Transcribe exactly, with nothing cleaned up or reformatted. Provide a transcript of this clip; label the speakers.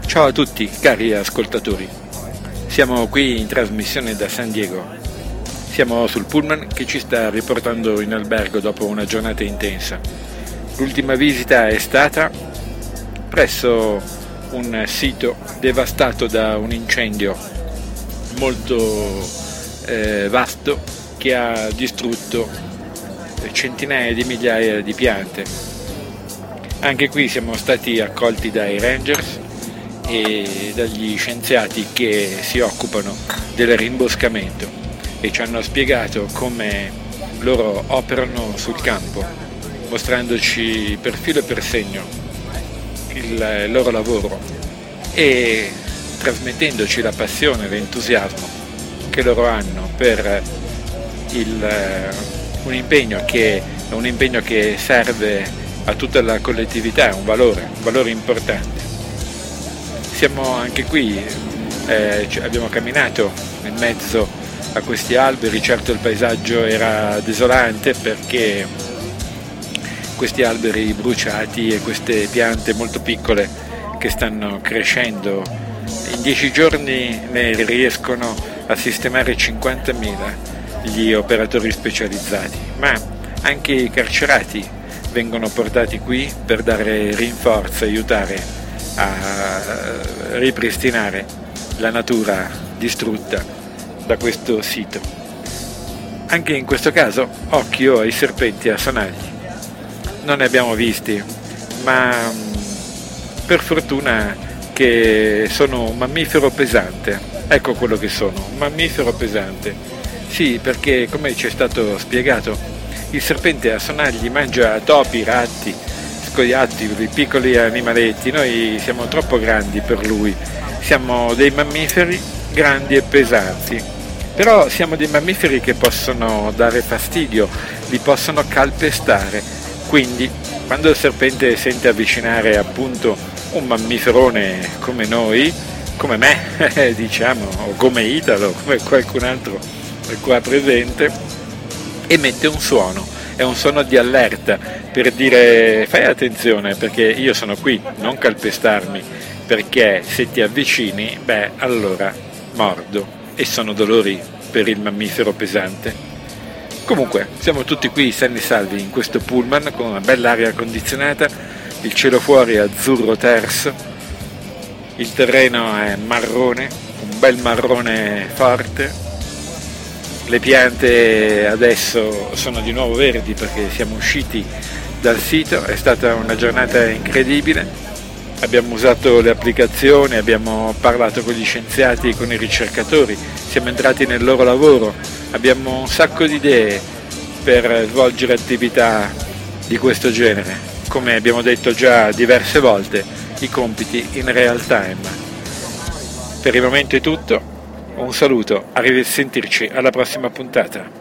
Speaker 1: Ciao a tutti cari ascoltatori, siamo qui in trasmissione da San Diego. Siamo sul pullman che ci sta riportando in albergo dopo una giornata intensa. L'ultima visita è stata presso un sito devastato da un incendio molto eh, vasto che ha distrutto centinaia di migliaia di piante. Anche qui siamo stati accolti dai Rangers e dagli scienziati che si occupano del риmboscamento e ci hanno spiegato come loro operano sul campo, mostrandoci per filo e per segno il loro lavoro e trasmettendoci la passione e l'entusiasmo che loro hanno per il, un impegno che è un impegno che serve a tutta la collettività, è un valore, un valore importante. Siamo anche qui, eh, abbiamo camminato in mezzo a questi alberi, certo il paesaggio era desolante perché questi alberi bruciati e queste piante molto piccole che stanno crescendo, in dieci giorni ne riescono a sistemare cinquantamila gli operatori specializzati, ma anche i carcerati vengono portati qui per dare rinforzo, aiutare a ripristinare la natura distrutta da questo sito. Anche in questo caso occhio ai serpenti a sonagli. Non ne abbiamo visti, ma per fortuna che sono un mammifero pesante. Ecco quello che sono, un mammifero pesante. Sì, perché come ci è stato spiegato, il serpente a sonagli mangia topi, ratti, scoiattoli, piccoli animaletti. Noi siamo troppo grandi per lui, siamo dei mammiferi grandi e pesanti, però siamo dei mammiferi che possono dare fastidio, li possono calpestare, quindi quando il serpente sente avvicinare appunto un mammiferone come noi, come me diciamo, o come Italo, come qualcun altro qua presente, emette un suono. È un suono di allerta per dire fai attenzione perché io sono qui, non calpestarmi, perché se ti avvicini, beh, allora mordo e sono dolori per il mammifero pesante. Comunque, siamo tutti qui sani e salvi in questo pullman con una bella aria condizionata, il cielo fuori è azzurro terso, il terreno è marrone, un bel marrone forte. Le piante adesso sono di nuovo verdi perché siamo usciti dal sito, è stata una giornata incredibile, abbiamo usato le applicazioni, abbiamo parlato con gli scienziati e con i ricercatori, siamo entrati nel loro lavoro, abbiamo un sacco di idee per svolgere attività di questo genere, come abbiamo detto già diverse volte, i compiti in real time. Per il momento è tutto. Un saluto, a risentirci alla prossima puntata.